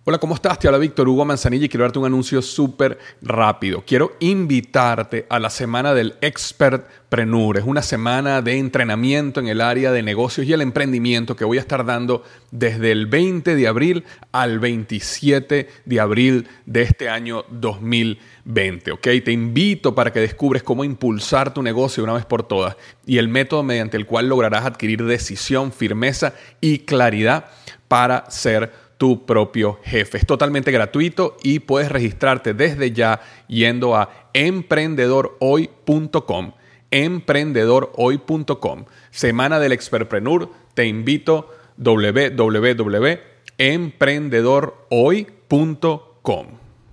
Hola, ¿cómo estás? Te habla Víctor Hugo Manzanilla y quiero darte un anuncio súper rápido. Quiero invitarte a la semana del Expertpreneur. Es una semana de entrenamiento en el área de negocios y el emprendimiento que voy a estar dando desde el 20 de abril al 27 de abril de este año 2020. ¿Ok? Te invito para que descubres cómo impulsar tu negocio de una vez por todas y el método mediante el cual lograrás adquirir decisión, firmeza y claridad para ser tu propio jefe. Es totalmente gratuito y puedes registrarte desde ya yendo a emprendedorhoy.com. Emprendedorhoy.com. Semana del Expertpreneur. Te invito www.emprendedorhoy.com.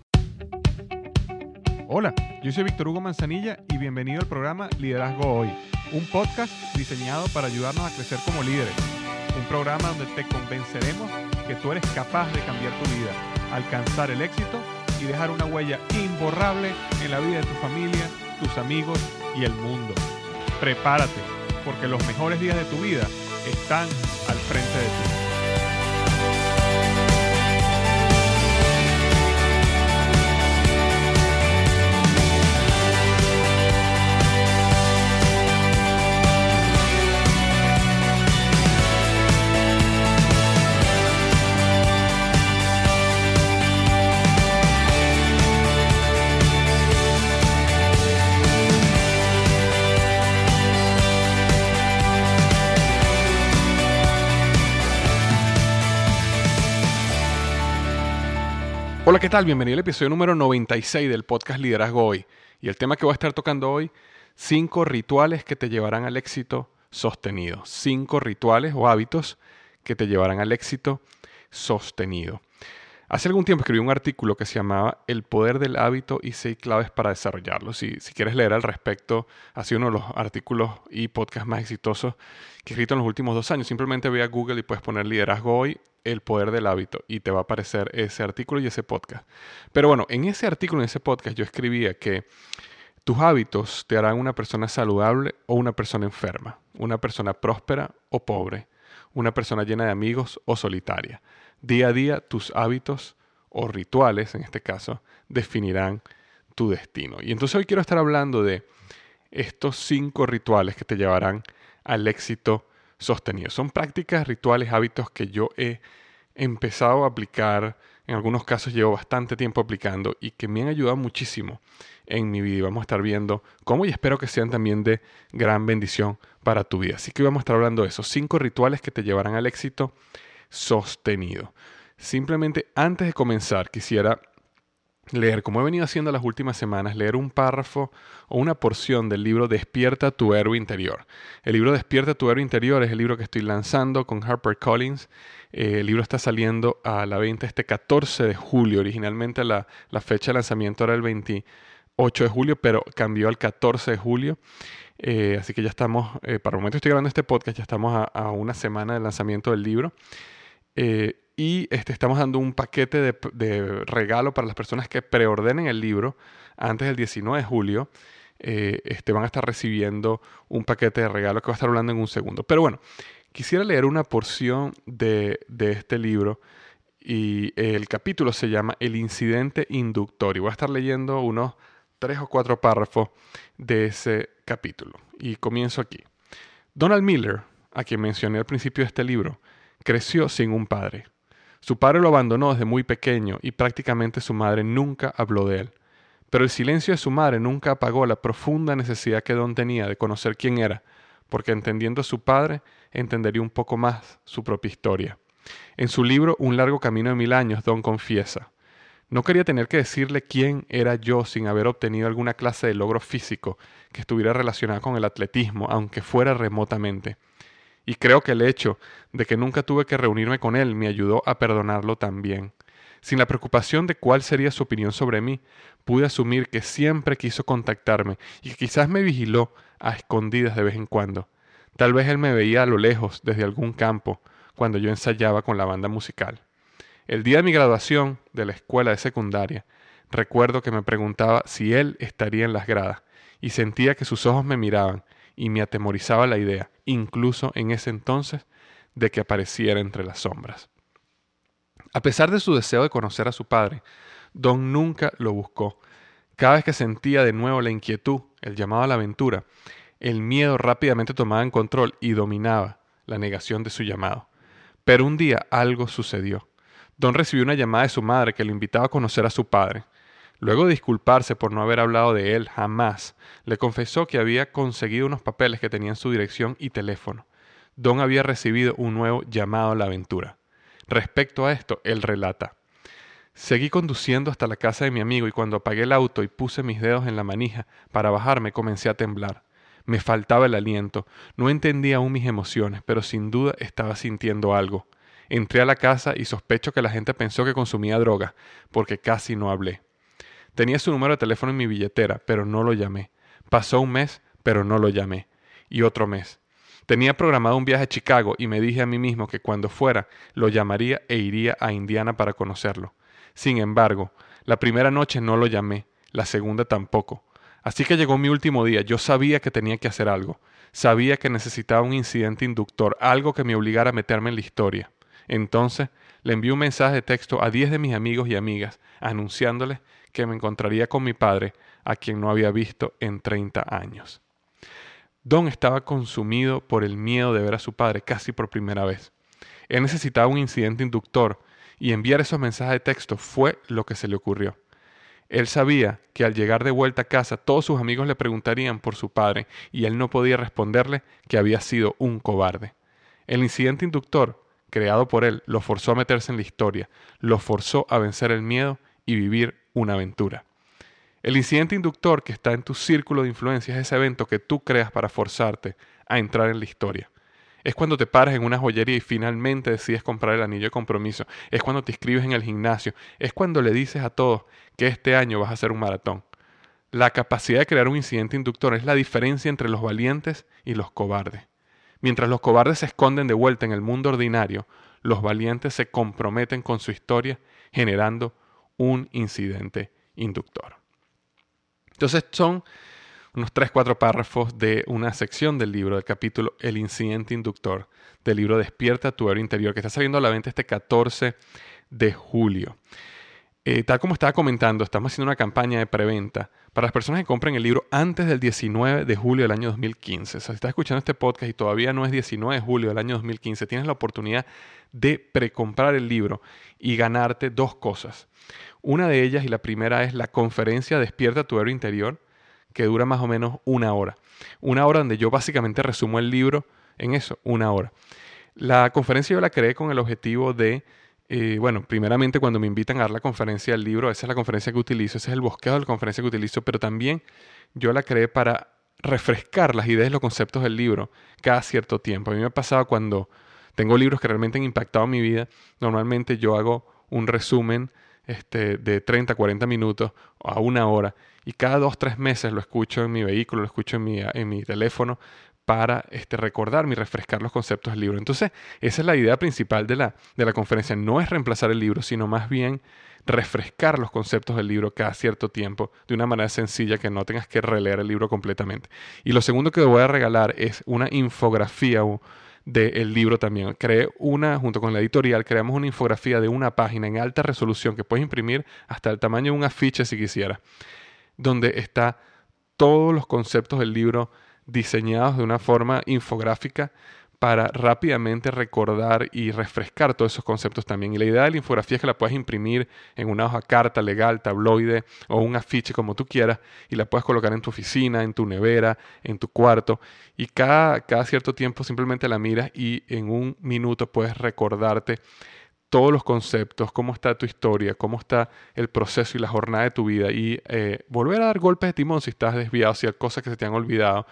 Hola, yo soy Víctor Hugo Manzanilla y bienvenido al programa Liderazgo Hoy, un podcast diseñado para ayudarnos a crecer como líderes. Un programa donde te convenceremos que tú eres capaz de cambiar tu vida, alcanzar el éxito y dejar una huella imborrable en la vida de tu familia, tus amigos y el mundo. Prepárate, porque los mejores días de tu vida están al frente de ti. Hola, ¿qué tal? Bienvenido al episodio número 96 del podcast Liderazgo Hoy. Y el tema que voy a estar tocando hoy, 5 rituales que te llevarán al éxito sostenido. 5 rituales o hábitos que te llevarán al éxito sostenido. Hace algún tiempo escribí un artículo que se llamaba El poder del hábito y 6 claves para desarrollarlo. Si quieres leer al respecto, ha sido uno de los artículos y podcasts más exitosos que he escrito en los últimos 2 años. Simplemente ve a Google y puedes poner Liderazgo Hoy, el poder del hábito, y te va a aparecer ese artículo y ese podcast. Pero bueno, en ese artículo, en ese podcast, yo escribía que tus hábitos te harán una persona saludable o una persona enferma, una persona próspera o pobre, una persona llena de amigos o solitaria. Día a día, tus hábitos o rituales, en este caso, definirán tu destino. Y entonces hoy quiero estar hablando de estos 5 rituales que te llevarán al éxito sostenido. Son prácticas, rituales, hábitos que yo he empezado a aplicar. En algunos casos llevo bastante tiempo aplicando y que me han ayudado muchísimo en mi vida. Y vamos a estar viendo cómo y espero que sean también de gran bendición para tu vida. Así que vamos a estar hablando de esos 5 rituales que te llevarán al éxito sostenido. Simplemente antes de comenzar quisiera leer, como he venido haciendo las últimas semanas, leer un párrafo o una porción del libro Despierta tu héroe interior. El libro Despierta tu héroe interior es el libro que estoy lanzando con HarperCollins. El libro está saliendo a la venta este 14 de julio. Originalmente la fecha de lanzamiento era el 28 de julio, pero cambió al 14 de julio. Así que ya estamos, para el momento que estoy grabando este podcast, ya estamos a una semana del lanzamiento del libro. Y estamos dando un paquete de regalo para las personas que preordenen el libro antes del 19 de julio. Van a estar recibiendo un paquete de regalo que voy a estar hablando en un segundo. Pero bueno, quisiera leer una porción de este libro y el capítulo se llama El incidente inductor. Y voy a estar leyendo unos 3 o 4 párrafos de ese capítulo. Y comienzo aquí. Donald Miller, a quien mencioné al principio de este libro, creció sin un padre. Su padre lo abandonó desde muy pequeño y prácticamente su madre nunca habló de él. Pero el silencio de su madre nunca apagó la profunda necesidad que Don tenía de conocer quién era, porque entendiendo a su padre, entendería un poco más su propia historia. En su libro Un largo camino de 1000 años, Don confiesa: no quería tener que decirle quién era yo sin haber obtenido alguna clase de logro físico que estuviera relacionado con el atletismo, aunque fuera remotamente. Y creo que el hecho de que nunca tuve que reunirme con él me ayudó a perdonarlo también. Sin la preocupación de cuál sería su opinión sobre mí, pude asumir que siempre quiso contactarme y que quizás me vigiló a escondidas de vez en cuando. Tal vez él me veía a lo lejos desde algún campo cuando yo ensayaba con la banda musical. El día de mi graduación de la escuela de secundaria, recuerdo que me preguntaba si él estaría en las gradas y sentía que sus ojos me miraban y me atemorizaba la idea, incluso en ese entonces, de que apareciera entre las sombras. A pesar de su deseo de conocer a su padre, Don nunca lo buscó. Cada vez que sentía de nuevo la inquietud, el llamado a la aventura, el miedo rápidamente tomaba en control y dominaba la negación de su llamado. Pero un día algo sucedió. Don recibió una llamada de su madre que lo invitaba a conocer a su padre. Luego de disculparse por no haber hablado de él jamás, le confesó que había conseguido unos papeles que tenían su dirección y teléfono. Don había recibido un nuevo llamado a la aventura. Respecto a esto, él relata: seguí conduciendo hasta la casa de mi amigo y cuando apagué el auto y puse mis dedos en la manija para bajarme comencé a temblar. Me faltaba el aliento, no entendía aún mis emociones, pero sin duda estaba sintiendo algo. Entré a la casa y sospecho que la gente pensó que consumía droga, porque casi no hablé. Tenía su número de teléfono en mi billetera, pero no lo llamé. Pasó un mes, pero no lo llamé. Y otro mes. Tenía programado un viaje a Chicago y me dije a mí mismo que cuando fuera lo llamaría e iría a Indiana para conocerlo. Sin embargo, la primera noche no lo llamé, la segunda tampoco. Así que llegó mi último día. Yo sabía que tenía que hacer algo. Sabía que necesitaba un incidente inductor, algo que me obligara a meterme en la historia. Entonces, le envié un mensaje de texto a 10 de mis amigos y amigas, anunciándoles que me encontraría con mi padre, a quien no había visto en 30 años. Don estaba consumido por el miedo de ver a su padre casi por primera vez. Él necesitaba un incidente inductor y enviar esos mensajes de texto fue lo que se le ocurrió. Él sabía que al llegar de vuelta a casa todos sus amigos le preguntarían por su padre y él no podía responderle que había sido un cobarde. El incidente inductor, creado por él, lo forzó a meterse en la historia, lo forzó a vencer el miedo y vivir una aventura. El incidente inductor que está en tu círculo de influencia es ese evento que tú creas para forzarte a entrar en la historia. Es cuando te paras en una joyería y finalmente decides comprar el anillo de compromiso. Es cuando te inscribes en el gimnasio. Es cuando le dices a todos que este año vas a hacer un maratón. La capacidad de crear un incidente inductor es la diferencia entre los valientes y los cobardes. Mientras los cobardes se esconden de vuelta en el mundo ordinario, los valientes se comprometen con su historia generando un incidente inductor. Entonces son unos 3-4 párrafos de una sección del libro, del capítulo El incidente inductor, del libro Despierta tu héroe interior, que está saliendo a la venta este 14 de julio. Tal como estaba comentando, estamos haciendo una campaña de preventa para las personas que compren el libro antes del 19 de julio del año 2015. O sea, si estás escuchando este podcast y todavía no es 19 de julio del año 2015, tienes la oportunidad de precomprar el libro y ganarte 2 cosas. Una de ellas, y la primera, es la conferencia Despierta tu héroe interior, que dura más o menos 1 hora. 1 hora donde yo básicamente resumo el libro en eso, 1 hora. La conferencia yo la creé con el objetivo de, primeramente cuando me invitan a dar la conferencia del libro, esa es la conferencia que utilizo, ese es el bosquejo de la conferencia que utilizo, pero también yo la creé para refrescar las ideas y los conceptos del libro cada cierto tiempo. A mí me ha pasado cuando tengo libros que realmente han impactado mi vida, normalmente yo hago un resumen de 30, 40 minutos a 1 hora y cada 2-3 meses lo escucho en mi vehículo, lo escucho en mi teléfono para recordarme y refrescar los conceptos del libro. Entonces, esa es la idea principal de la conferencia. No es reemplazar el libro, sino más bien refrescar los conceptos del libro cada cierto tiempo de una manera sencilla que no tengas que releer el libro completamente. Y lo segundo que voy a regalar es una infografía del libro también. Junto con la editorial, creamos una infografía de 1 página en alta resolución que puedes imprimir hasta el tamaño de un afiche si quisieras, donde está todos los conceptos del libro diseñados de una forma infográfica para rápidamente recordar y refrescar todos esos conceptos también. Y la idea de la infografía es que la puedas imprimir en una hoja carta legal, tabloide o un afiche como tú quieras y la puedes colocar en tu oficina, en tu nevera, en tu cuarto y cada cierto tiempo simplemente la miras y en 1 minuto puedes recordarte todos los conceptos, cómo está tu historia, cómo está el proceso y la jornada de tu vida y volver a dar golpes de timón si estás desviado, si hay cosas que se te han olvidado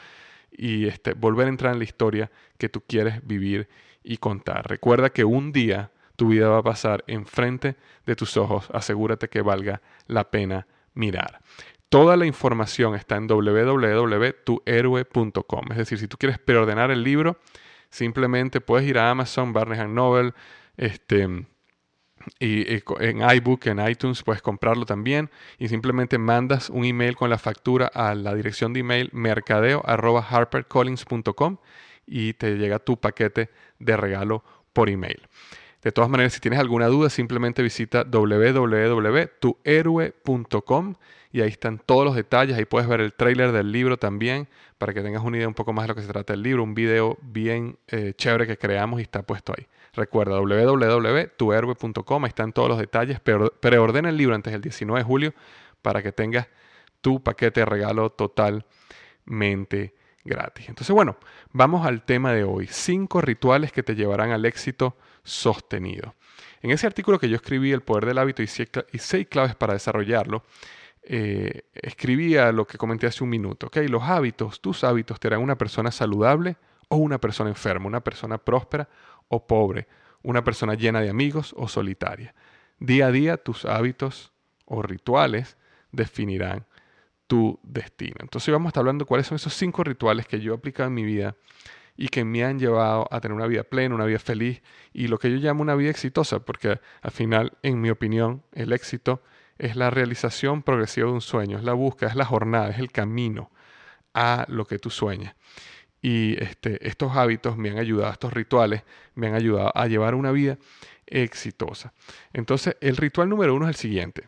y volver a entrar en la historia que tú quieres vivir y contar. Recuerda que un día tu vida va a pasar enfrente de tus ojos. Asegúrate que valga la pena mirar. Toda la información está en www.tuhéroe.com. Es decir, si tú quieres preordenar el libro, simplemente puedes ir a Amazon, Barnes & Noble, y en iBook, en iTunes puedes comprarlo también y simplemente mandas un email con la factura a la dirección de email mercadeo@harpercollins.com y te llega tu paquete de regalo por email. De todas maneras, si tienes alguna duda, simplemente visita www.tuhéroe.com y ahí están todos los detalles. Ahí puedes ver el tráiler del libro también para que tengas una idea un poco más de lo que se trata el libro. Un video bien chévere que creamos y está puesto ahí. Recuerda www.tuhéroe.com, ahí están todos los detalles. Preordena el libro antes del 19 de julio para que tengas tu paquete de regalo totalmente gratis. Entonces, bueno, vamos al tema de hoy. 5 rituales que te llevarán al éxito sostenido. En ese artículo que yo escribí, El poder del hábito y 6 claves para desarrollarlo, escribía lo que comenté hace un minuto. ¿Okay? Los hábitos, tus hábitos te harán una persona saludable o una persona enferma, una persona próspera o pobre, una persona llena de amigos o solitaria. Día a día tus hábitos o rituales definirán tu destino. Entonces vamos a estar hablando de cuáles son esos 5 rituales que yo he aplicado en mi vida y que me han llevado a tener una vida plena, una vida feliz y lo que yo llamo una vida exitosa, porque al final, en mi opinión, el éxito es la realización progresiva de un sueño, es la búsqueda, es la jornada, es el camino a lo que tú sueñas. Y estos hábitos me han ayudado, estos rituales me han ayudado a llevar una vida exitosa. Entonces, el ritual número 1 es el siguiente.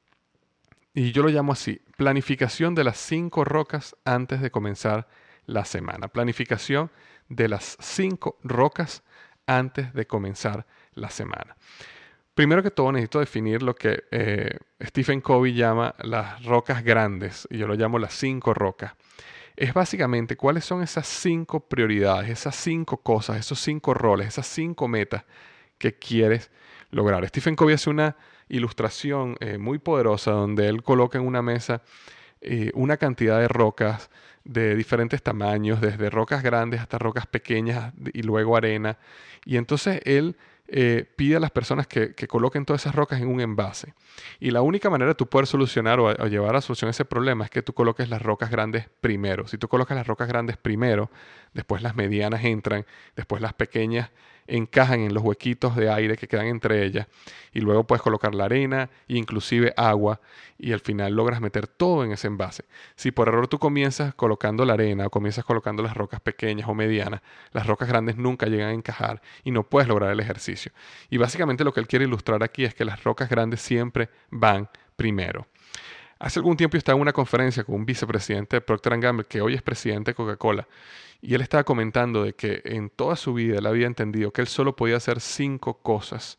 Y yo lo llamo así, planificación de las 5 rocas antes de comenzar la semana. Planificación de las 5 rocas antes de comenzar la semana. Primero que todo necesito definir lo que Stephen Covey llama las rocas grandes, y yo lo llamo las 5 rocas. Es básicamente cuáles son esas 5 prioridades, esas 5 cosas, esos 5 roles, esas 5 metas que quieres lograr. Stephen Covey hace una ilustración muy poderosa donde él coloca en una mesa una cantidad de rocas de diferentes tamaños, desde rocas grandes hasta rocas pequeñas y luego arena. Y entonces él pide a las personas que coloquen todas esas rocas en un envase. Y la única manera de tú poder solucionar o llevar a solución ese problema es que tú coloques las rocas grandes primero. Si tú colocas las rocas grandes primero, después las medianas entran, después las pequeñas encajan en los huequitos de aire que quedan entre ellas y luego puedes colocar la arena e inclusive agua y al final logras meter todo en ese envase. Si por error tú comienzas colocando la arena o comienzas colocando las rocas pequeñas o medianas, las rocas grandes nunca llegan a encajar y no puedes lograr el ejercicio. Y básicamente lo que él quiere ilustrar aquí es que las rocas grandes siempre van primero. Hace algún tiempo yo estaba en una conferencia con un vicepresidente de Procter & Gamble, que hoy es presidente de Coca-Cola, y él estaba comentando de que en toda su vida él había entendido que él solo podía hacer 5 cosas,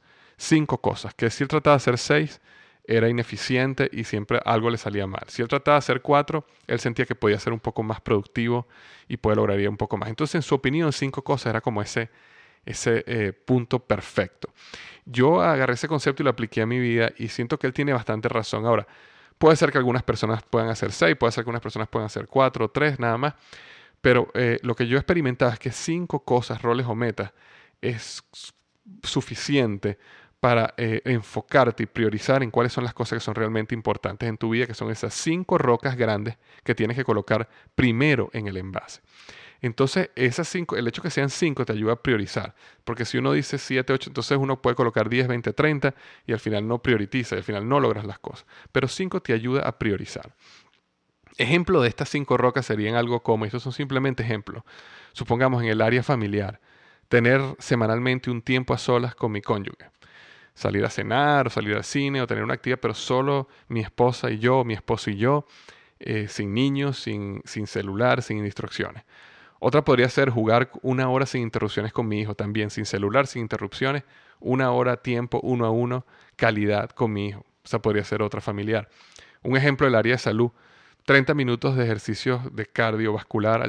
que si él trataba de hacer 6, era ineficiente y siempre algo le salía mal. Si él trataba de hacer 4, él sentía que podía ser un poco más productivo y lograría un poco más. Entonces, en su opinión, 5 cosas era como ese punto perfecto. Yo agarré ese concepto y lo apliqué a mi vida y siento que él tiene bastante razón. Ahora, puede ser que algunas personas puedan hacer 6, puede ser que algunas personas puedan hacer 4 o 3 nada más, pero lo que yo he experimentado es que 5 cosas, roles o metas es suficiente para enfocarte y priorizar en cuáles son las cosas que son realmente importantes en tu vida, que son esas 5 rocas grandes que tienes que colocar primero en el envase. Entonces, esas 5, el hecho que sean 5 te ayuda a priorizar. Porque si uno dice 7, 8, entonces uno puede colocar 10, 20, 30 y al final no prioriza, y al final no logras las cosas. Pero 5 te ayuda a priorizar. Ejemplo de estas 5 rocas serían algo como, estos son simplemente ejemplos. Supongamos en el área familiar, tener semanalmente un tiempo a solas con mi cónyuge. Salir a cenar, o salir al cine, o tener una actividad, pero solo mi esposa y yo, mi esposo y yo, sin niños, sin celular, sin distracciones. Otra podría ser jugar 1 hora sin interrupciones con mi hijo también, sin celular, sin interrupciones, 1 hora tiempo 1 a 1, calidad con mi hijo. Esa podría ser otra familiar. Un ejemplo del área de salud, 30 minutos de ejercicios de cardiovascular,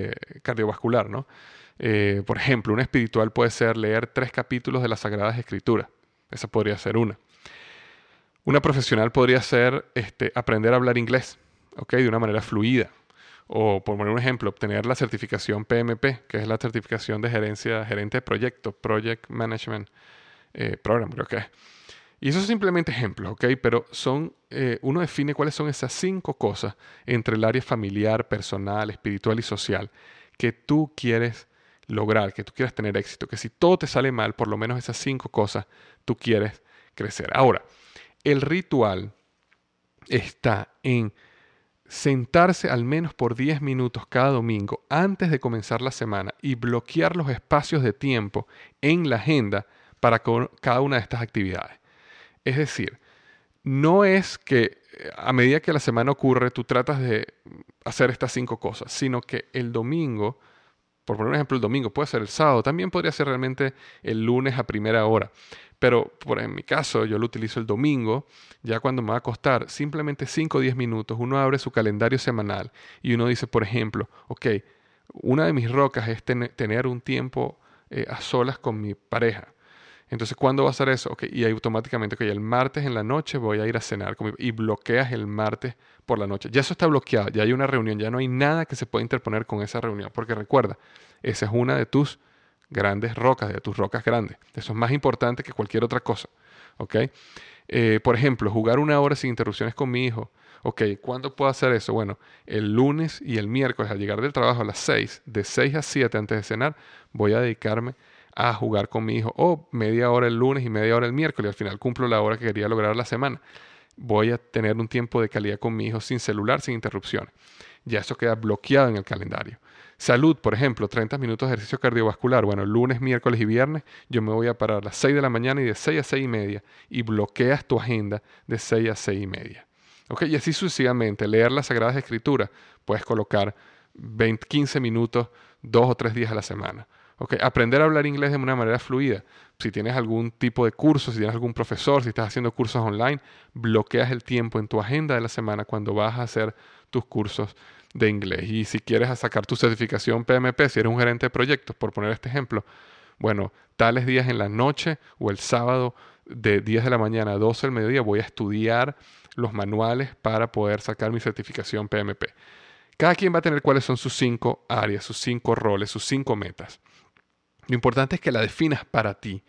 ¿no? Por ejemplo, una espiritual puede ser leer 3 capítulos de las Sagradas Escrituras. Esa podría ser una. Una profesional podría ser aprender a hablar inglés, ¿okay? De una manera fluida. O, por poner un ejemplo, obtener la certificación PMP, que es la certificación de gerente de proyecto, Project Management Program, creo que es. Y esos son simplemente ejemplos, ¿ok? Pero uno define cuáles son esas 5 cosas entre el área familiar, personal, espiritual y social que tú quieres lograr, que tú quieres tener éxito, que si todo te sale mal, por lo menos esas 5 cosas tú quieres crecer. Ahora, el ritual está en sentarse al menos por 10 minutos cada domingo antes de comenzar la semana y bloquear los espacios de tiempo en la agenda para cada una de estas actividades. Es decir, no es que a medida que la semana ocurre tú tratas de hacer estas 5 cosas, sino que el domingo, por poner un ejemplo, el domingo puede ser el sábado, también podría ser realmente el lunes a primera hora. Pero en mi caso, yo lo utilizo el domingo, ya cuando me va a acostar, simplemente 5 o 10 minutos, uno abre su calendario semanal y uno dice, por ejemplo, ok, una de mis rocas es tener un tiempo a solas con mi pareja. Entonces, ¿cuándo va a ser eso? Okay, y automáticamente, el martes en la noche voy a ir a cenar y bloqueas el martes por la noche. Ya eso está bloqueado, ya hay una reunión, ya no hay nada que se pueda interponer con esa reunión, porque recuerda, esa es una de tus grandes rocas, de tus rocas grandes. Eso es más importante que cualquier otra cosa. ¿Okay? Por ejemplo, jugar 1 hora sin interrupciones con mi hijo. Ok, ¿cuándo puedo hacer eso? Bueno, el lunes y el miércoles al llegar del trabajo a las 6, de 6 a 7 antes de cenar, voy a dedicarme a jugar con mi hijo, o media hora el lunes y media hora el miércoles, al final cumplo la hora que quería lograr la semana. Voy a tener un tiempo de calidad con mi hijo sin celular, sin interrupciones. Ya eso queda bloqueado en el calendario. Salud, por ejemplo, 30 minutos de ejercicio cardiovascular. Bueno, lunes, miércoles y viernes yo me voy a parar a las 6 de la mañana y de 6 a 6 y media y bloqueas tu agenda de 6 a 6 y media. ¿Okay? Y así sucesivamente, leer las Sagradas Escrituras, puedes colocar 15 minutos, 2 o 3 días a la semana. ¿Okay? Aprender a hablar inglés de una manera fluida. Si tienes algún tipo de curso, si tienes algún profesor, si estás haciendo cursos online, bloqueas el tiempo en tu agenda de la semana cuando vas a hacer tus cursos de inglés. Y si quieres sacar tu certificación PMP, si eres un gerente de proyectos, por poner este ejemplo, bueno, tales días en la noche o el sábado de 10 de la mañana a 12 del mediodía voy a estudiar los manuales para poder sacar mi certificación PMP. Cada quien va a tener cuáles son sus 5 áreas, sus 5 roles, sus 5 metas. Lo importante es que la definas para ti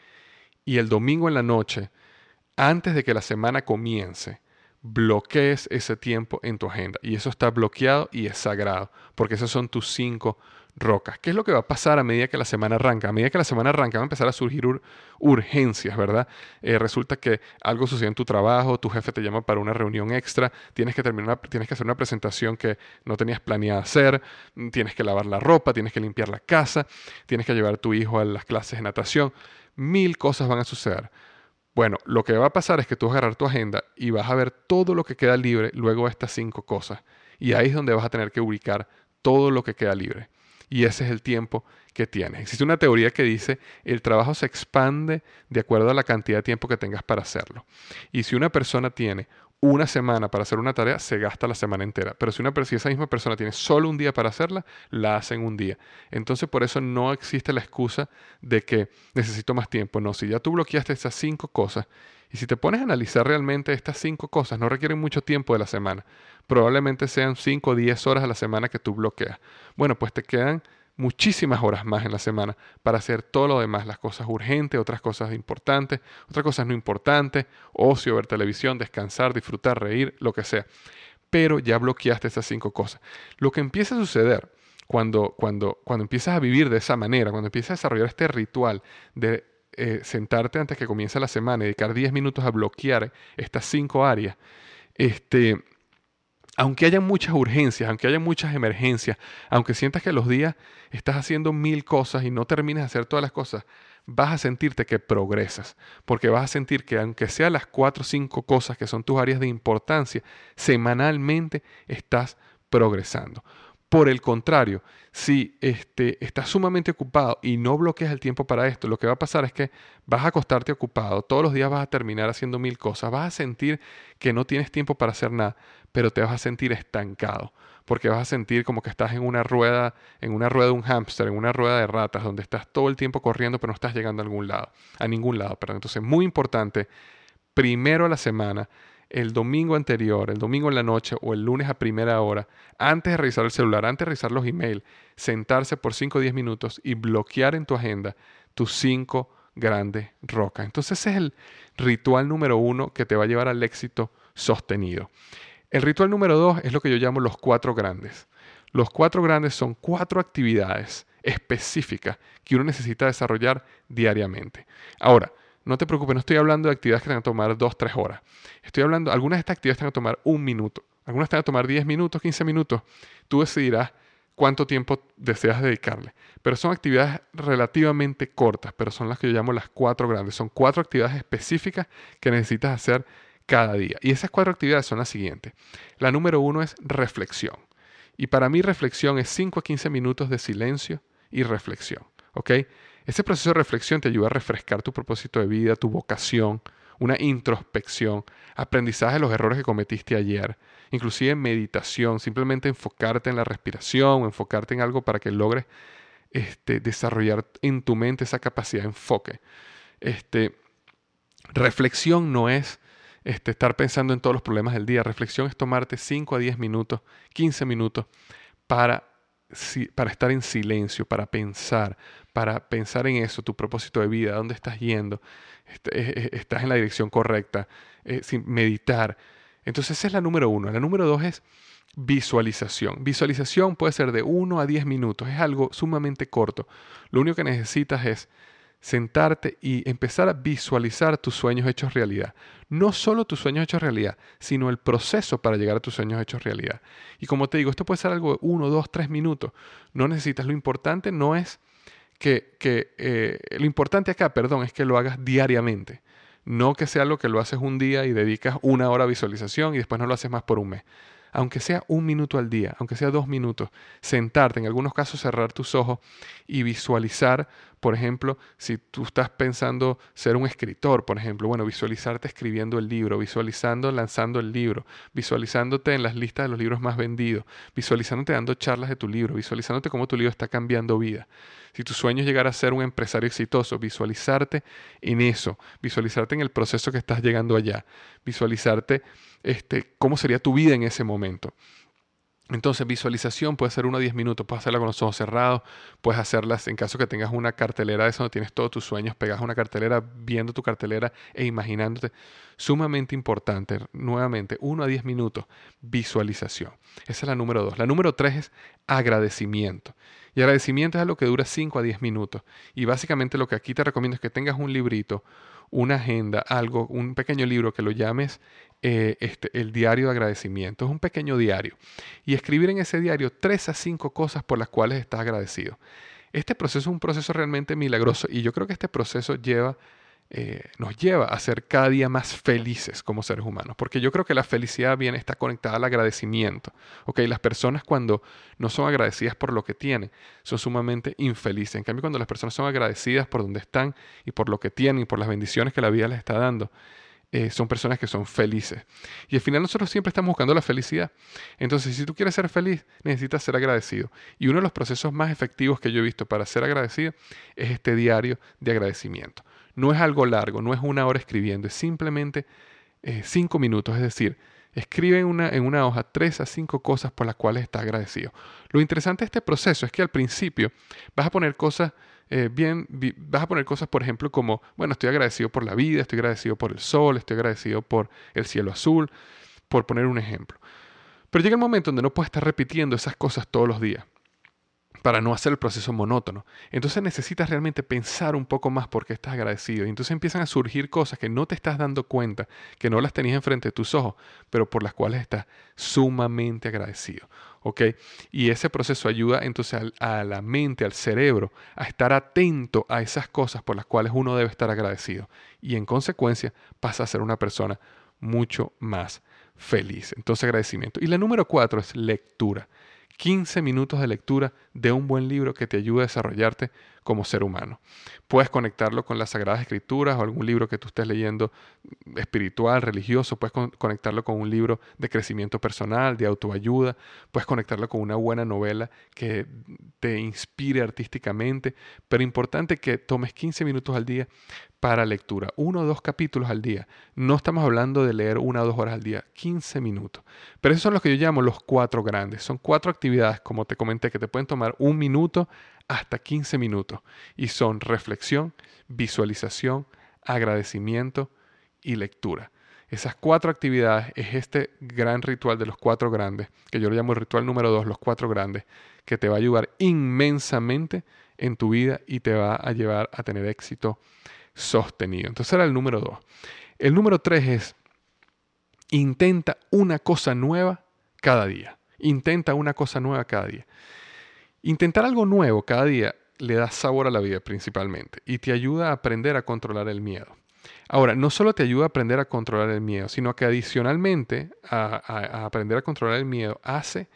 y el domingo en la noche, antes de que la semana comience, bloquees ese tiempo en tu agenda. Y eso está bloqueado y es sagrado, porque esas son tus 5 rocas. ¿Qué es lo que va a pasar a medida que la semana arranca? A medida que la semana arranca van a empezar a surgir urgencias, ¿verdad? Resulta que algo sucede en tu trabajo, tu jefe te llama para una reunión extra, tienes que hacer una presentación que no tenías planeada hacer, tienes que lavar la ropa, tienes que limpiar la casa, tienes que llevar a tu hijo a las clases de natación. 1000 cosas van a suceder. Bueno, lo que va a pasar es que tú vas a agarrar tu agenda y vas a ver todo lo que queda libre luego de estas 5 cosas. Y ahí es donde vas a tener que ubicar todo lo que queda libre. Y ese es el tiempo que tienes. Existe una teoría que dice el trabajo se expande de acuerdo a la cantidad de tiempo que tengas para hacerlo. Y si una persona tiene una semana para hacer una tarea, se gasta la semana entera. Pero si esa misma persona tiene solo un día para hacerla, la hace en un día. Entonces por eso no existe la excusa de que necesito más tiempo. No, si ya tú bloqueaste esas 5 cosas, y si te pones a analizar realmente estas 5 cosas, no requieren mucho tiempo de la semana. Probablemente sean 5 o 10 horas a la semana que tú bloqueas. Bueno, pues te quedan muchísimas horas más en la semana para hacer todo lo demás, las cosas urgentes, otras cosas importantes, otras cosas no importantes, ocio, ver televisión, descansar, disfrutar, reír, lo que sea. Pero ya bloqueaste esas 5 cosas. Lo que empieza a suceder cuando empiezas a vivir de esa manera, cuando empiezas a desarrollar este ritual de sentarte antes que comience la semana y dedicar 10 minutos a bloquear estas 5 áreas, aunque haya muchas urgencias, aunque haya muchas emergencias, aunque sientas que los días estás haciendo 1000 cosas y no terminas de hacer todas las cosas, vas a sentirte que progresas, porque vas a sentir que aunque sean las 4 o 5 cosas que son tus áreas de importancia, semanalmente estás progresando. Por el contrario, si estás sumamente ocupado y no bloqueas el tiempo para esto, lo que va a pasar es que vas a acostarte ocupado, todos los días vas a terminar haciendo 1000 cosas, vas a sentir que no tienes tiempo para hacer nada, pero te vas a sentir estancado, porque vas a sentir como que estás en una rueda de un hámster, en una rueda de ratas, donde estás todo el tiempo corriendo, pero no estás llegando a ningún lado. Entonces, muy importante, primero a la semana, el domingo anterior, el domingo en la noche o el lunes a primera hora, antes de revisar el celular, antes de revisar los emails, sentarse por 5 o 10 minutos y bloquear en tu agenda tus 5 grandes rocas. Entonces ese es el ritual número 1 que te va a llevar al éxito sostenido. El ritual número 2 es lo que yo llamo los 4 grandes. Los 4 grandes son 4 actividades específicas que uno necesita desarrollar diariamente. Ahora, no te preocupes, no estoy hablando de actividades que te van a tomar 2-3 horas. Estoy hablando, algunas de estas actividades te van a tomar 1 minuto, algunas te van a tomar 10 minutos, 15 minutos. Tú decidirás cuánto tiempo deseas dedicarle. Pero son actividades relativamente cortas, pero son las que yo llamo las 4 grandes. Son 4 actividades específicas que necesitas hacer cada día. Y esas 4 actividades son las siguientes. La número 1 es reflexión. Y para mí reflexión es 5 a 15 minutos de silencio y reflexión. ¿Ok? Ese proceso de reflexión te ayuda a refrescar tu propósito de vida, tu vocación, una introspección, aprendizaje de los errores que cometiste ayer, inclusive meditación, simplemente enfocarte en la respiración, enfocarte en algo para que logres desarrollar en tu mente esa capacidad de enfoque. Reflexión no es estar pensando en todos los problemas del día. Reflexión es tomarte 5 a 10 minutos, 15 minutos para estar en silencio, para pensar en eso, tu propósito de vida, dónde estás yendo, estás en la dirección correcta, sin meditar. Entonces esa es la número 1. La número 2 es visualización. Visualización puede ser de 1 a 10 minutos, es algo sumamente corto. Lo único que necesitas es sentarte y empezar a visualizar tus sueños hechos realidad. No solo tus sueños hechos realidad, sino el proceso para llegar a tus sueños hechos realidad. Y como te digo, esto puede ser algo de 1, 2, 3 minutos. No necesitas. Lo importante no es lo importante acá, es que lo hagas diariamente. No que sea algo que lo haces un día y dedicas 1 hora a visualización y después no lo haces más por un mes. Aunque sea 1 minuto al día, aunque sea 2 minutos, sentarte, en algunos casos cerrar tus ojos y visualizar, por ejemplo, si tú estás pensando ser un escritor, por ejemplo, bueno, visualizarte escribiendo el libro, visualizando lanzando el libro, visualizándote en las listas de los libros más vendidos, visualizándote dando charlas de tu libro, visualizándote cómo tu libro está cambiando vida. Si tu sueño es llegar a ser un empresario exitoso, visualizarte en eso, visualizarte en el proceso que estás llegando allá, visualizarte cómo sería tu vida en ese momento. Entonces, visualización puede ser 1 a 10 minutos, puedes hacerla con los ojos cerrados, puedes hacerlas en caso que tengas una cartelera de eso donde tienes todos tus sueños, pegas una cartelera, viendo tu cartelera e imaginándote. Sumamente importante, nuevamente, 1 a 10 minutos, visualización. Esa es la número 2. La número 3 es agradecimiento. Y agradecimiento es algo que dura 5 a 10 minutos. Y básicamente lo que aquí te recomiendo es que tengas un librito, una agenda, algo, un pequeño libro que lo llames el diario de agradecimiento. Es un pequeño diario. Y escribir en ese diario 3 a 5 cosas por las cuales estás agradecido. Este proceso es un proceso realmente milagroso y yo creo que este proceso nos lleva a ser cada día más felices como seres humanos, porque yo creo que la felicidad está conectada al agradecimiento. ¿Okay? Las personas cuando no son agradecidas por lo que tienen son sumamente infelices. En cambio, cuando las personas son agradecidas por donde están y por lo que tienen y por las bendiciones que la vida les está dando, son personas que son felices. Y al final nosotros siempre estamos buscando la felicidad. Entonces, si tú quieres ser feliz, necesitas ser agradecido. Y uno de los procesos más efectivos que yo he visto para ser agradecido es este diario de agradecimiento. No es algo largo, no es 1 hora escribiendo, es simplemente 5 minutos. Es decir, escribe en una hoja 3 a 5 cosas por las cuales estás agradecido. Lo interesante de este proceso es que al principio vas a poner cosas vas a poner cosas, por ejemplo, como, bueno, estoy agradecido por la vida, estoy agradecido por el sol, estoy agradecido por el cielo azul, por poner un ejemplo. Pero llega el momento donde no puedes estar repitiendo esas cosas todos los días para no hacer el proceso monótono. Entonces necesitas realmente pensar un poco más por qué estás agradecido. Y entonces empiezan a surgir cosas que no te estás dando cuenta, que no las tenías enfrente de tus ojos, pero por las cuales estás sumamente agradecido. ¿Ok? Y ese proceso ayuda entonces a la mente, al cerebro, a estar atento a esas cosas por las cuales uno debe estar agradecido. Y en consecuencia pasa a ser una persona mucho más feliz. Entonces agradecimiento. Y la número 4 es lectura. 15 minutos de lectura de un buen libro que te ayude a desarrollarte como ser humano. Puedes conectarlo con las Sagradas Escrituras o algún libro que tú estés leyendo espiritual, religioso. Puedes conectarlo con un libro de crecimiento personal, de autoayuda. Puedes conectarlo con una buena novela que te inspire artísticamente. Pero importante que tomes 15 minutos al día para lectura. 1 o 2 capítulos al día. No estamos hablando de leer 1 o 2 horas al día. 15 minutos. Pero esos son los que yo llamo los 4 grandes. Son 4 actividades, como te comenté, que te pueden tomar 1 minuto hasta 15 minutos. Y son reflexión, visualización, agradecimiento y lectura. Esas 4 actividades es este gran ritual de los 4 grandes, que yo lo llamo el ritual número 2, los 4 grandes, que te va a ayudar inmensamente en tu vida y te va a llevar a tener éxito sostenido. Entonces era el número 2. El número 3 es intenta una cosa nueva cada día. Intenta una cosa nueva cada día. Intentar algo nuevo cada día le da sabor a la vida principalmente y te ayuda a aprender a controlar el miedo. Ahora, no solo te ayuda a aprender a controlar el miedo, sino que adicionalmente a aprender a controlar el miedo hace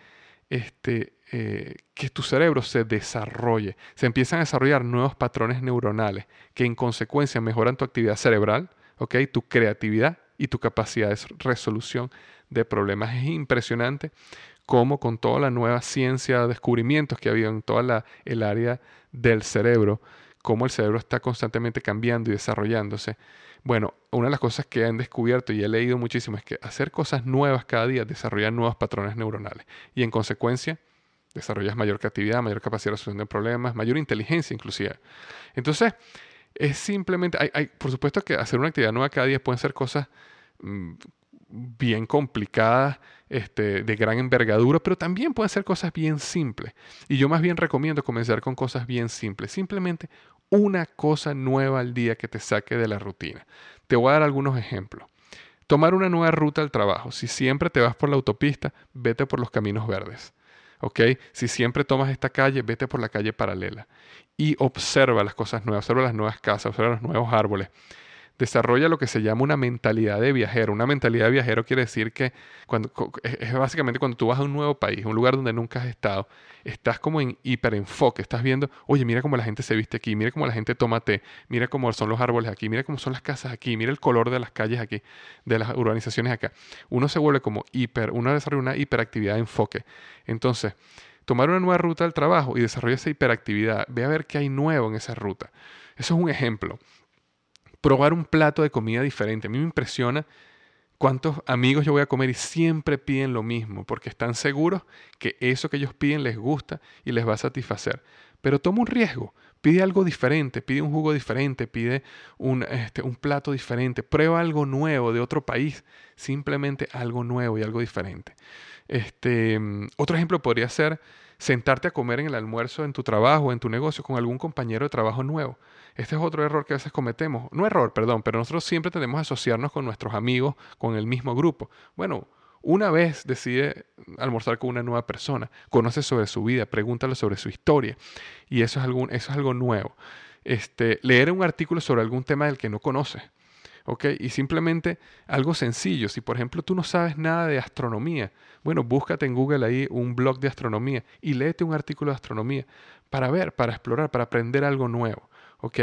que tu cerebro se desarrolle. Se empiezan a desarrollar nuevos patrones neuronales que en consecuencia mejoran tu actividad cerebral, ¿ok? Tu creatividad y tu capacidad de resolución de problemas. Es impresionante cómo con toda la nueva ciencia, descubrimientos que ha habido en toda el área del cerebro, cómo el cerebro está constantemente cambiando y desarrollándose. Bueno, una de las cosas que han descubierto y he leído muchísimo es que hacer cosas nuevas cada día desarrolla nuevos patrones neuronales y en consecuencia desarrollas mayor creatividad, mayor capacidad de resolución de problemas, mayor inteligencia inclusive. Entonces, es simplemente, por supuesto que hacer una actividad nueva cada día pueden ser cosas mm, bien complicadas, de gran envergadura, pero también pueden ser cosas bien simples. Y yo más bien recomiendo comenzar con cosas bien simples. Simplemente una cosa nueva al día que te saque de la rutina. Te voy a dar algunos ejemplos. Tomar una nueva ruta al trabajo. Si siempre te vas por la autopista, vete por los caminos verdes. ¿Ok? Si siempre tomas esta calle, vete por la calle paralela. Y observa las cosas nuevas, observa las nuevas casas, observa los nuevos árboles. Desarrolla lo que se llama una mentalidad de viajero. Una mentalidad de viajero quiere decir que es básicamente cuando tú vas a un nuevo país, un lugar donde nunca has estado, estás como en hiperenfoque, estás viendo, oye, mira cómo la gente se viste aquí, mira cómo la gente toma té, mira cómo son los árboles aquí, mira cómo son las casas aquí, mira el color de las calles aquí, de las urbanizaciones acá. Uno se vuelve como uno desarrolla una hiperactividad de enfoque. Entonces, tomar una nueva ruta al trabajo y desarrollar esa hiperactividad, ve a ver qué hay nuevo en esa ruta. Eso es un ejemplo. Probar un plato de comida diferente. A mí me impresiona cuántos amigos yo voy a comer y siempre piden lo mismo, porque están seguros que eso que ellos piden les gusta y les va a satisfacer. Pero toma un riesgo, pide algo diferente, pide un jugo diferente, pide un plato diferente, prueba algo nuevo de otro país, simplemente algo nuevo y algo diferente. Otro ejemplo podría ser sentarte a comer en el almuerzo en tu trabajo, en tu negocio, con algún compañero de trabajo nuevo. Este es otro error que a veces cometemos. No error, perdón, pero nosotros siempre tendemos a asociarnos con nuestros amigos, con el mismo grupo. Bueno, una vez decide almorzar con una nueva persona, conoce sobre su vida, pregúntale sobre su historia. Y eso es algo nuevo. Leer un artículo sobre algún tema del que no conoces. ¿Ok? Y simplemente algo sencillo. Si por ejemplo tú no sabes nada de astronomía, bueno, búscate en Google ahí un blog de astronomía y léete un artículo de astronomía para ver, para explorar, para aprender algo nuevo. ¿Ok?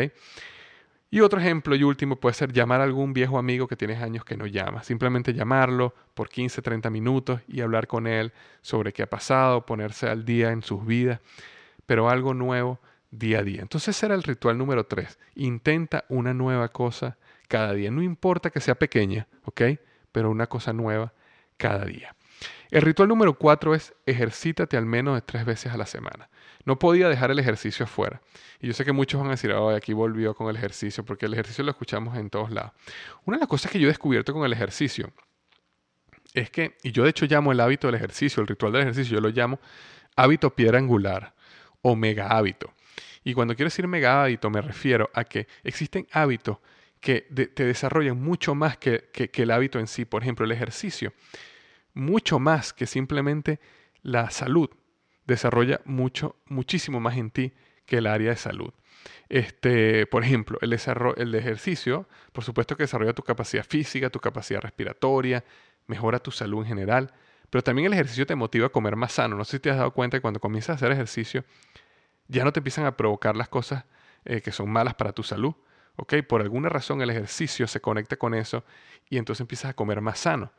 Y otro ejemplo y último puede ser llamar a algún viejo amigo que tienes años que no llamas. Simplemente llamarlo por 15, 30 minutos y hablar con él sobre qué ha pasado, ponerse al día en sus vidas, pero algo nuevo día a día. Entonces ese era el ritual número 3. Intenta una nueva cosa cada día. No importa que sea pequeña, ¿ok? Pero una cosa nueva cada día. El ritual número 4 es ejercítate al menos de 3 veces a la semana. No podía dejar el ejercicio afuera. Y yo sé que muchos van a decir, oh, aquí volvió con el ejercicio, porque el ejercicio lo escuchamos en todos lados. Una de las cosas que yo he descubierto con el ejercicio es que, y yo de hecho llamo el hábito del ejercicio, el ritual del ejercicio, yo lo llamo hábito piedra angular o mega hábito. Y cuando quiero decir mega hábito me refiero a que existen hábitos que te desarrollan mucho más que el hábito en sí. Por ejemplo, el ejercicio, mucho más que simplemente la salud, desarrolla muchísimo más en ti que el área de salud. Por ejemplo, el ejercicio, por supuesto que desarrolla tu capacidad física, tu capacidad respiratoria, mejora tu salud en general, pero también el ejercicio te motiva a comer más sano. No sé si te has dado cuenta que cuando comienzas a hacer ejercicio, ya no te empiezan a provocar las cosas que son malas para tu salud. ¿Ok? Por alguna razón el ejercicio se conecta con eso y entonces empiezas a comer más sano.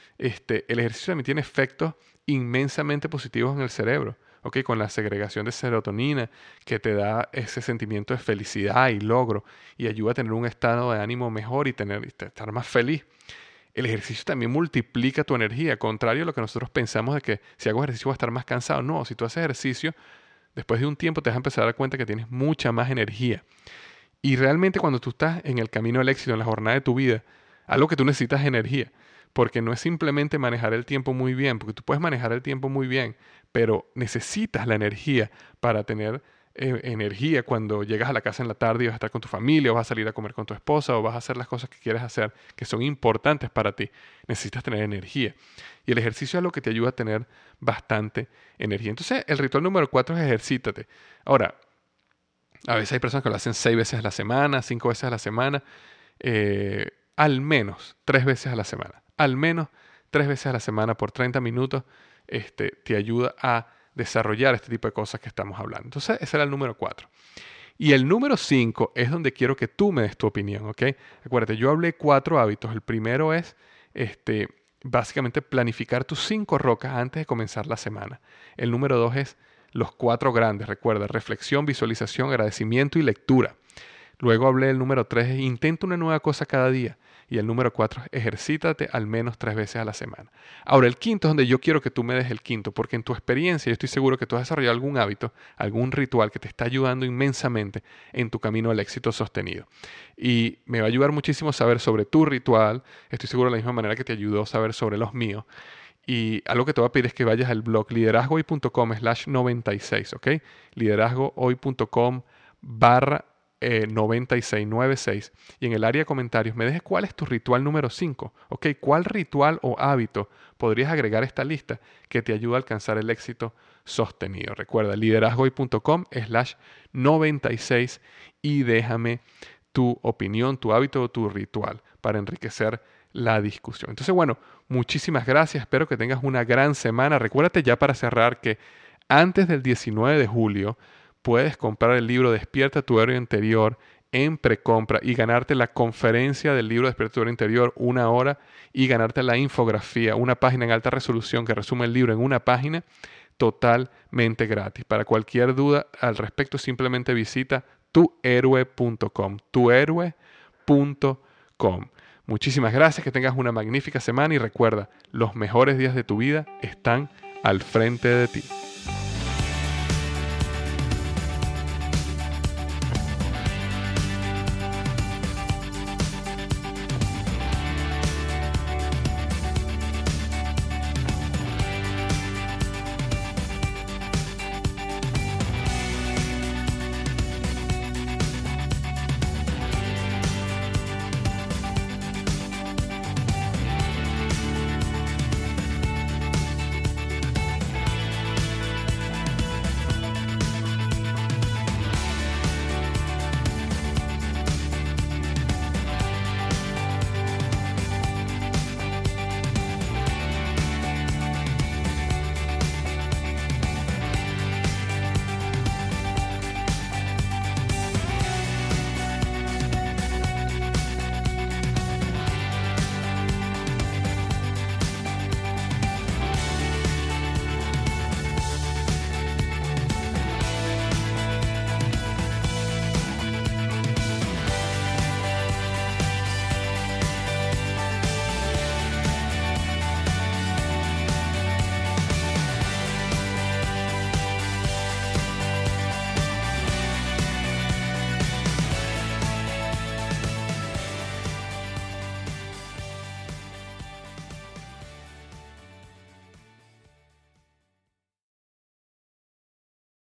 El ejercicio también tiene efectos inmensamente positivos en el cerebro, ¿ok? Con la segregación de serotonina que te da ese sentimiento de felicidad y logro y ayuda a tener un estado de ánimo mejor y estar más feliz. El ejercicio también multiplica tu energía, contrario a lo que nosotros pensamos de que si hago ejercicio voy a estar más cansado. No, si tú haces ejercicio, después de un tiempo te vas a empezar a dar cuenta que tienes mucha más energía. Y realmente cuando tú estás en el camino del éxito, en la jornada de tu vida, algo que tú necesitas es energía. Porque no es simplemente manejar el tiempo muy bien, porque tú puedes manejar el tiempo muy bien, pero necesitas la energía para tener energía cuando llegas a la casa en la tarde y vas a estar con tu familia, o vas a salir a comer con tu esposa, o vas a hacer las cosas que quieres hacer, que son importantes para ti. Necesitas tener energía. Y el ejercicio es lo que te ayuda a tener bastante energía. Entonces, el ritual número 4 es ejercítate. Ahora, a veces hay personas que lo hacen 6 veces a la semana, 5 veces a la semana, al menos 3 veces a la semana. Al menos 3 veces a la semana por 30 minutos te ayuda a desarrollar este tipo de cosas que estamos hablando. Entonces, ese era el número 4. Y el número 5 es donde quiero que tú me des tu opinión, ¿ok? Acuérdate, yo hablé 4 hábitos. El primero es, básicamente, planificar tus 5 rocas antes de comenzar la semana. El número 2 es los 4 grandes. Recuerda, reflexión, visualización, agradecimiento y lectura. Luego hablé del número 3, intenta una nueva cosa cada día. Y el número 4, ejercítate al menos 3 veces a la semana. Ahora, el quinto es donde yo quiero que tú me des el quinto, porque en tu experiencia yo estoy seguro que tú has desarrollado algún hábito, algún ritual que te está ayudando inmensamente en tu camino al éxito sostenido. Y me va a ayudar muchísimo saber sobre tu ritual. Estoy seguro de la misma manera que te ayudó a saber sobre los míos. Y algo que te voy a pedir es que vayas al blog liderazgohoy.com/96, ¿ok? liderazgohoy.com/9696, y en el área de comentarios me dejes cuál es tu ritual número 5, ¿ok? ¿Cuál ritual o hábito podrías agregar a esta lista que te ayuda a alcanzar el éxito sostenido? Recuerda, liderazgohoy.com/96 y déjame tu opinión, tu hábito o tu ritual para enriquecer la discusión. Entonces, bueno, muchísimas gracias. Espero que tengas una gran semana. Recuérdate ya para cerrar que antes del 19 de julio puedes comprar el libro Despierta tu héroe interior en precompra y ganarte la conferencia del libro Despierta tu héroe interior, 1 hora, y ganarte la infografía, una página en alta resolución que resume el libro en una página, totalmente gratis. Para cualquier duda al respecto, simplemente visita tuhéroe.com, tuhéroe.com. Muchísimas gracias, que tengas una magnífica semana y recuerda, los mejores días de tu vida están al frente de ti.